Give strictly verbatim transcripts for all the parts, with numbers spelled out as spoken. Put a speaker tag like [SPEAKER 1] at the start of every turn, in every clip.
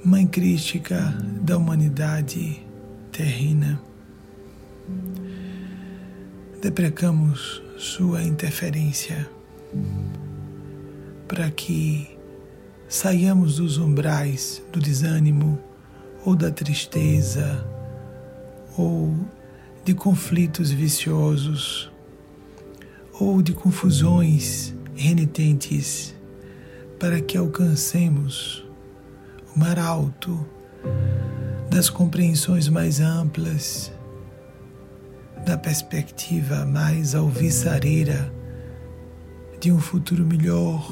[SPEAKER 1] Mãe Crística da humanidade terrena, deprecamos sua interferência para que saiamos dos umbrais do desânimo ou da tristeza ou de conflitos viciosos ou de confusões renitentes, para que alcancemos o mar alto das compreensões mais amplas, da perspectiva mais alvissareira de um futuro melhor.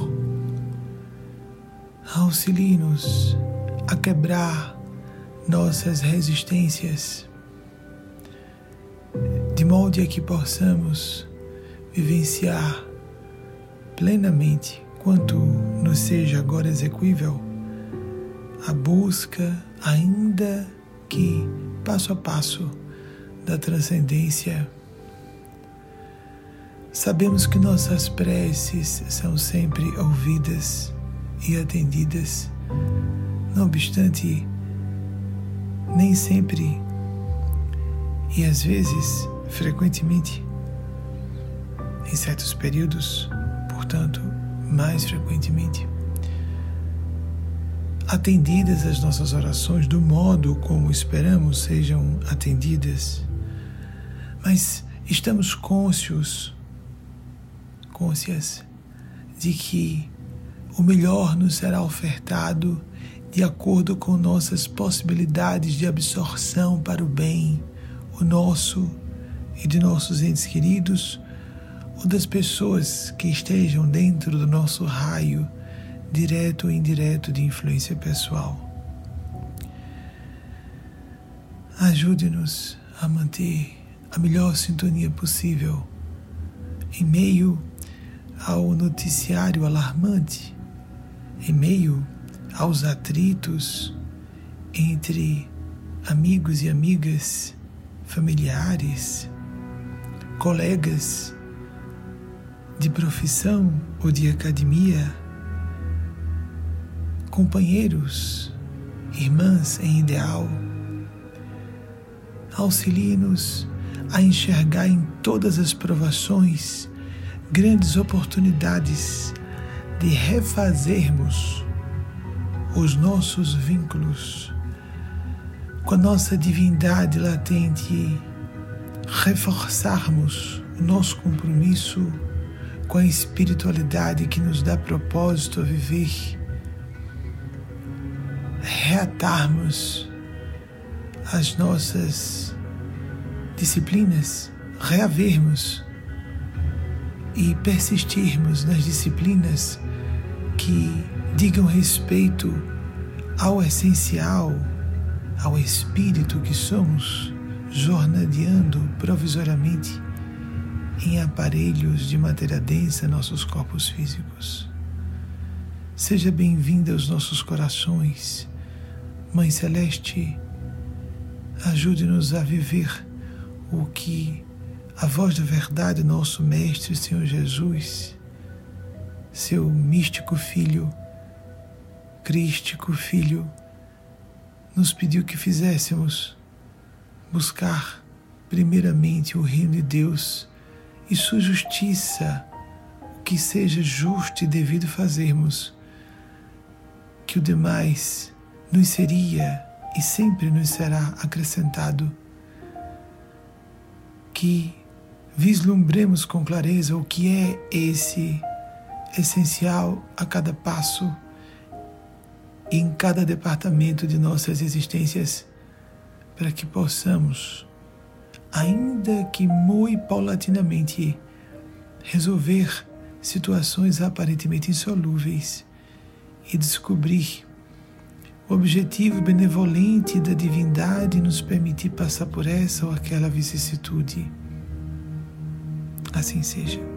[SPEAKER 1] Auxilie-nos a quebrar nossas resistências, de modo a que possamos vivenciar plenamente, quanto nos seja agora execuível, a busca, ainda que passo a passo, da transcendência. Sabemos que nossas preces são sempre ouvidas e atendidas, não obstante, nem sempre, e às vezes, frequentemente, em certos períodos, portanto, mais frequentemente, atendidas as nossas orações do modo como esperamos sejam atendidas, mas estamos cônscios, cônscias de que o melhor nos será ofertado de acordo com nossas possibilidades de absorção para o bem, o nosso e de nossos entes queridos, ou das pessoas que estejam dentro do nosso raio, direto ou indireto, de influência pessoal. Ajude-nos a manter a melhor sintonia possível em meio ao noticiário alarmante, em meio aos atritos entre amigos e amigas, familiares, colegas de profissão ou de academia, companheiros, irmãs em ideal. Auxilie-nos a enxergar em todas as provações grandes oportunidades de refazermos os nossos vínculos com a nossa divindade latente, reforçarmos o nosso compromisso com a espiritualidade que nos dá propósito a viver, reatarmos as nossas disciplinas, reavermos e persistirmos nas disciplinas que digam respeito ao essencial, ao espírito que somos, jornadeando provisoriamente em aparelhos de matéria densa nossos corpos físicos. Seja bem-vinda aos nossos corações, Mãe Celeste. Ajude-nos a viver o que a voz da verdade, nosso Mestre, Senhor Jesus, seu místico Filho, crístico Filho, nos pediu que fizéssemos: buscar primeiramente o reino de Deus e sua justiça, o que seja justo e devido fazermos, que o demais nos seria e sempre nos será acrescentado. Que vislumbremos com clareza o que é esse essencial a cada passo e em cada departamento de nossas existências, para que possamos, ainda que muito paulatinamente, resolver situações aparentemente insolúveis e descobrir o objetivo benevolente da divindade e nos permitir passar por essa ou aquela vicissitude. Assim seja.